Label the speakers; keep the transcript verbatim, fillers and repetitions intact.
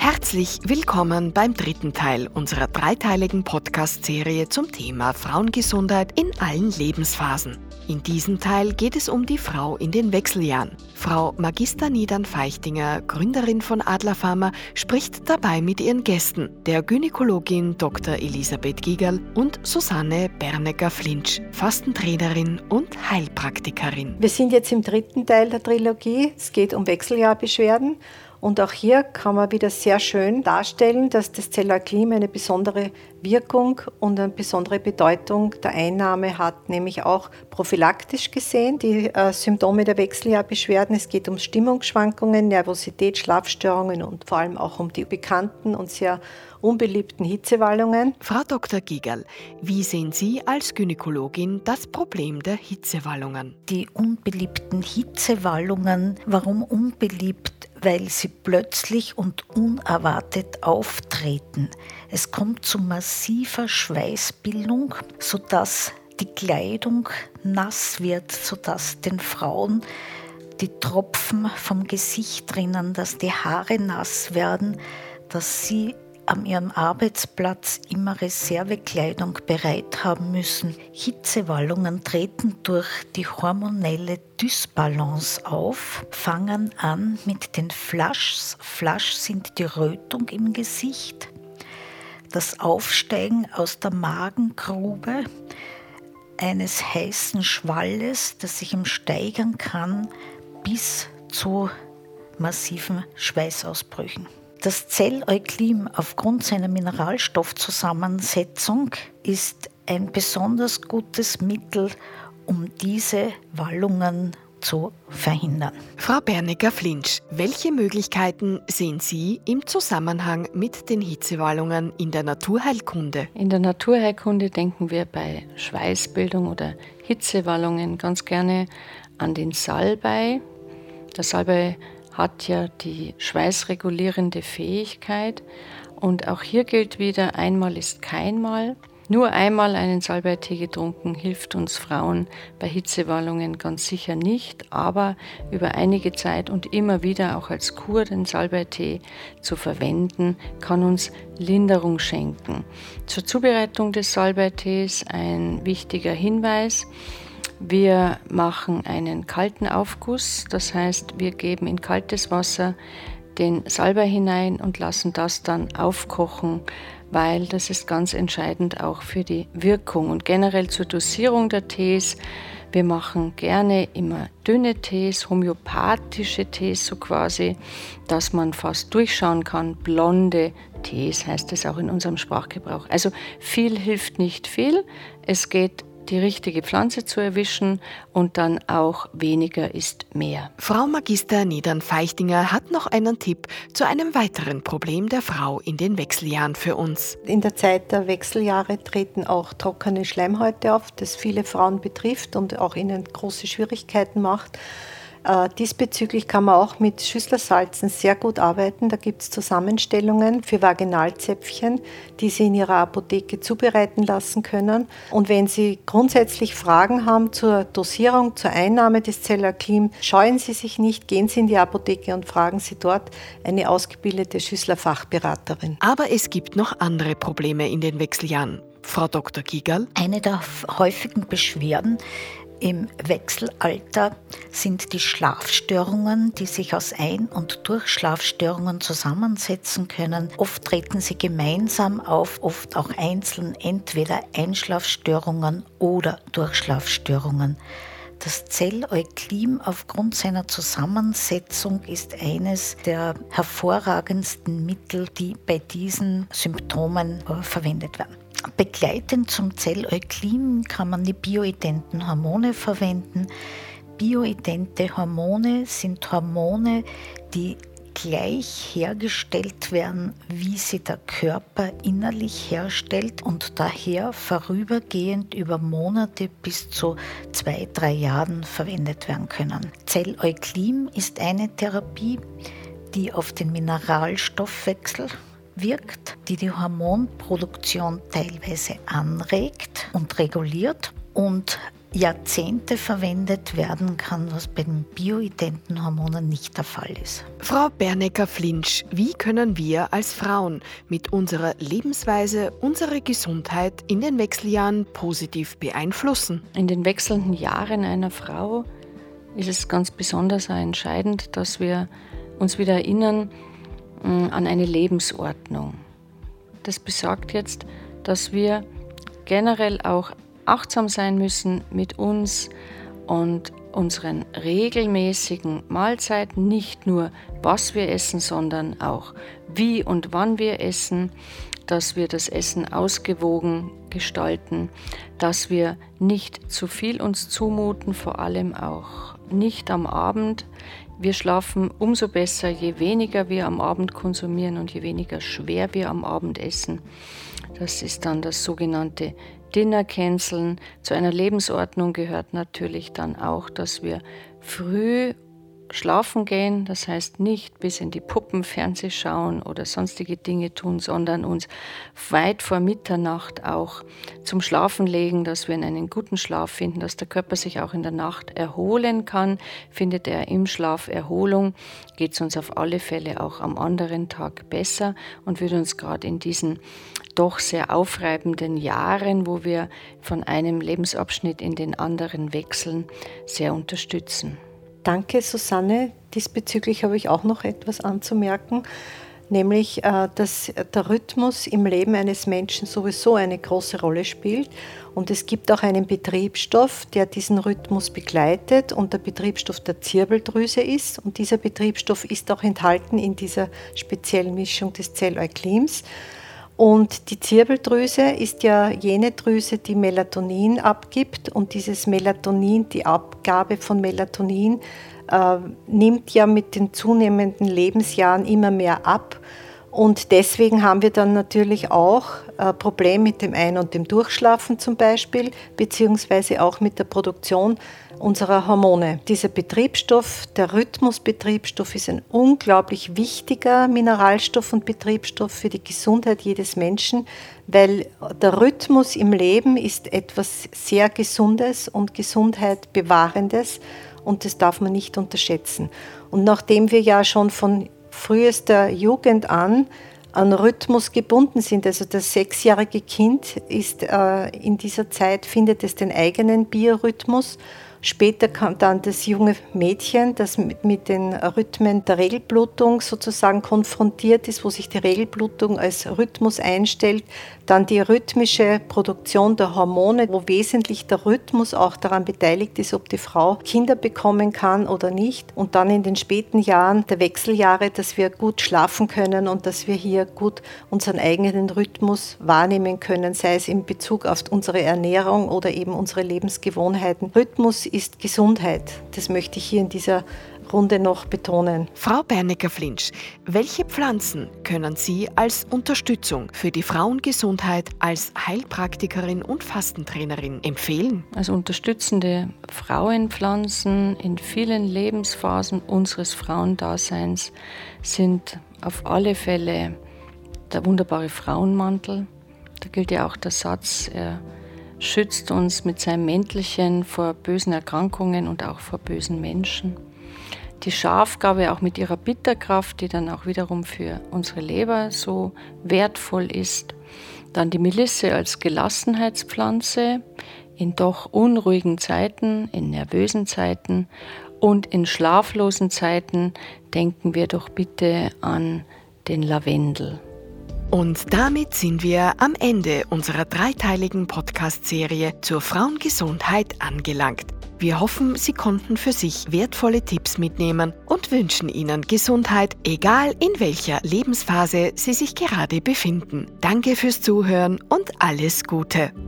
Speaker 1: Herzlich willkommen beim dritten Teil unserer dreiteiligen Podcast-Serie zum Thema Frauengesundheit in allen Lebensphasen. In diesem Teil geht es um die Frau in den Wechseljahren. Frau Magister Niedern-Feichtinger, Gründerin von Adler Pharma, spricht dabei mit ihren Gästen, der Gynäkologin Doktor Elisabeth Gigerl und Susanne Bernecker-Flinsch, Fastentrainerin und Heilpraktikerin.
Speaker 2: Wir sind jetzt im dritten Teil der Trilogie. Es geht um Wechseljahrbeschwerden. Und auch hier kann man wieder sehr schön darstellen, dass das Zellularklim eine besondere Wirkung und eine besondere Bedeutung der Einnahme hat, nämlich auch prophylaktisch gesehen. Die äh, Symptome der Wechseljahrbeschwerden, es geht um Stimmungsschwankungen, Nervosität, Schlafstörungen und vor allem auch um die bekannten und sehr unbeliebten Hitzewallungen.
Speaker 1: Frau Doktor Gigerl, wie sehen Sie als Gynäkologin das Problem der Hitzewallungen?
Speaker 3: Die unbeliebten Hitzewallungen, warum unbeliebt? Weil sie plötzlich und unerwartet auftreten. Es kommt zu massiver Schweißbildung, sodass die Kleidung nass wird, sodass den Frauen die Tropfen vom Gesicht rinnen, dass die Haare nass werden, dass sie an ihrem Arbeitsplatz immer Reservekleidung bereit haben müssen. Hitzewallungen treten durch die hormonelle Dysbalance auf, fangen an mit den Flushs. Flush sind die Rötung im Gesicht, das Aufsteigen aus der Magengrube eines heißen Schwalles, das sich steigern kann bis zu massiven Schweißausbrüchen. Das Zellularklim aufgrund seiner Mineralstoffzusammensetzung ist ein besonders gutes Mittel, um diese Wallungen zu verhindern.
Speaker 1: Frau Bernecker-Flinsch, welche Möglichkeiten sehen Sie im Zusammenhang mit den Hitzewallungen in der Naturheilkunde?
Speaker 4: In der Naturheilkunde denken wir bei Schweißbildung oder Hitzewallungen ganz gerne an den Salbei. Der Salbei hat ja die schweißregulierende Fähigkeit. Und auch hier gilt wieder, einmal ist kein Mal. Nur einmal einen Salbeitee getrunken hilft uns Frauen bei Hitzewallungen ganz sicher nicht, aber über einige Zeit und immer wieder auch als Kur den Salbeitee zu verwenden, kann uns Linderung schenken. Zur Zubereitung des Salbeitees ein wichtiger Hinweis: Wir machen einen kalten Aufguss, das heißt, wir geben in kaltes Wasser den Salbei hinein und lassen das dann aufkochen, weil das ist ganz entscheidend auch für die Wirkung und generell zur Dosierung der Tees. Wir machen gerne immer dünne Tees, homöopathische Tees so quasi, dass man fast durchschauen kann. Blonde Tees heißt es auch in unserem Sprachgebrauch. Also viel hilft nicht viel. Es geht, die richtige Pflanze zu erwischen und dann auch weniger ist mehr.
Speaker 1: Frau Magister Niedern-Feichtinger hat noch einen Tipp zu einem weiteren Problem der Frau in den Wechseljahren für uns.
Speaker 2: In der Zeit der Wechseljahre treten auch trockene Schleimhäute auf, das viele Frauen betrifft und auch ihnen große Schwierigkeiten macht. Äh, diesbezüglich kann man auch mit Schüsslersalzen sehr gut arbeiten. Da gibt es Zusammenstellungen für Vaginalzäpfchen, die Sie in Ihrer Apotheke zubereiten lassen können. Und wenn Sie grundsätzlich Fragen haben zur Dosierung, zur Einnahme des Zellularklim, scheuen Sie sich nicht, gehen Sie in die Apotheke und fragen Sie dort eine ausgebildete Schüsslerfachberaterin.
Speaker 1: Aber es gibt noch andere Probleme in den Wechseljahren. Frau Doktor Gigerl?
Speaker 3: Eine der häufigen Beschwerden im Wechselalter sind die Schlafstörungen, die sich aus Ein- und Durchschlafstörungen zusammensetzen können. Oft treten sie gemeinsam auf, oft auch einzeln, entweder Einschlafstörungen oder Durchschlafstörungen. Das Zellularklim aufgrund seiner Zusammensetzung ist eines der hervorragendsten Mittel, die bei diesen Symptomen verwendet werden. Begleitend zum Zellularklim kann man die bioidenten Hormone verwenden. Bioidente Hormone sind Hormone, die gleich hergestellt werden, wie sie der Körper innerlich herstellt und daher vorübergehend über Monate bis zu zwei, drei Jahren verwendet werden können. Zellularklim ist eine Therapie, die auf den Mineralstoffwechsel wirkt, die die Hormonproduktion teilweise anregt und reguliert und Jahrzehnte verwendet werden kann, was bei den bioidenten Hormonen nicht der Fall ist.
Speaker 1: Frau Bernecker-Flinsch, wie können wir als Frauen mit unserer Lebensweise unsere Gesundheit in den Wechseljahren positiv beeinflussen?
Speaker 4: In den wechselnden Jahren einer Frau ist es ganz besonders auch entscheidend, dass wir uns wieder erinnern mh, an eine Lebensordnung. Das besagt jetzt, dass wir generell auch achtsam sein müssen mit uns und unseren regelmäßigen Mahlzeiten, nicht nur was wir essen, sondern auch wie und wann wir essen, dass wir das Essen ausgewogen gestalten, dass wir nicht zu viel uns zumuten, vor allem auch nicht am Abend. Wir schlafen umso besser, je weniger wir am Abend konsumieren und je weniger schwer wir am Abend essen. Das ist dann das sogenannte Dinner canceln. Zu einer Lebensordnung gehört natürlich dann auch, dass wir früh schlafen gehen, das heißt nicht bis in die Puppen Fernseh schauen oder sonstige Dinge tun, sondern uns weit vor Mitternacht auch zum Schlafen legen, dass wir in einen guten Schlaf finden, dass der Körper sich auch in der Nacht erholen kann. Findet er im Schlaf Erholung, geht es uns auf alle Fälle auch am anderen Tag besser und würde uns gerade in diesen doch sehr aufreibenden Jahren, wo wir von einem Lebensabschnitt in den anderen wechseln, sehr unterstützen.
Speaker 2: Danke, Susanne. Diesbezüglich habe ich auch noch etwas anzumerken, nämlich, dass der Rhythmus im Leben eines Menschen sowieso eine große Rolle spielt. Und es gibt auch einen Betriebsstoff, der diesen Rhythmus begleitet und der Betriebsstoff der Zirbeldrüse ist. Und dieser Betriebsstoff ist auch enthalten in dieser speziellen Mischung des Zelleuklims. Und die Zirbeldrüse ist ja jene Drüse, die Melatonin abgibt, und dieses Melatonin, die Abgabe von Melatonin, äh, nimmt ja mit den zunehmenden Lebensjahren immer mehr ab. Und deswegen haben wir dann natürlich auch ein Problem mit dem Ein- und dem Durchschlafen zum Beispiel, beziehungsweise auch mit der Produktion unserer Hormone. Dieser Betriebsstoff, der Rhythmusbetriebsstoff, ist ein unglaublich wichtiger Mineralstoff und Betriebsstoff für die Gesundheit jedes Menschen, weil der Rhythmus im Leben ist etwas sehr Gesundes und Gesundheit bewahrendes, und das darf man nicht unterschätzen. Und nachdem wir ja schon von frühester Jugend an an Rhythmus gebunden sind. Also das sechsjährige Kind ist äh, in dieser Zeit, findet es den eigenen Biorhythmus. Später kam dann das junge Mädchen, das mit, mit den Rhythmen der Regelblutung sozusagen konfrontiert ist, wo sich die Regelblutung als Rhythmus einstellt. Dann die rhythmische Produktion der Hormone, wo wesentlich der Rhythmus auch daran beteiligt ist, ob die Frau Kinder bekommen kann oder nicht. Und dann in den späten Jahren der Wechseljahre, dass wir gut schlafen können und dass wir hier gut unseren eigenen Rhythmus wahrnehmen können, sei es in Bezug auf unsere Ernährung oder eben unsere Lebensgewohnheiten. Rhythmus ist Gesundheit. Das möchte ich hier in dieser Runde noch betonen.
Speaker 1: Frau Bernecker-Flinsch, welche Pflanzen können Sie als Unterstützung für die Frauengesundheit als Heilpraktikerin und Fastentrainerin empfehlen?
Speaker 4: Als unterstützende Frauenpflanzen in vielen Lebensphasen unseres Frauendaseins sind auf alle Fälle der wunderbare Frauenmantel. Da gilt ja auch der Satz, er schützt uns mit seinem Mäntelchen vor bösen Erkrankungen und auch vor bösen Menschen. Die Schafgarbe auch mit ihrer Bitterkraft, die dann auch wiederum für unsere Leber so wertvoll ist. Dann die Melisse als Gelassenheitspflanze in doch unruhigen Zeiten, in nervösen Zeiten und in schlaflosen Zeiten denken wir doch bitte an den Lavendel.
Speaker 1: Und damit sind wir am Ende unserer dreiteiligen Podcast-Serie zur Frauengesundheit angelangt. Wir hoffen, Sie konnten für sich wertvolle Tipps mitnehmen und wünschen Ihnen Gesundheit, egal in welcher Lebensphase Sie sich gerade befinden. Danke fürs Zuhören und alles Gute!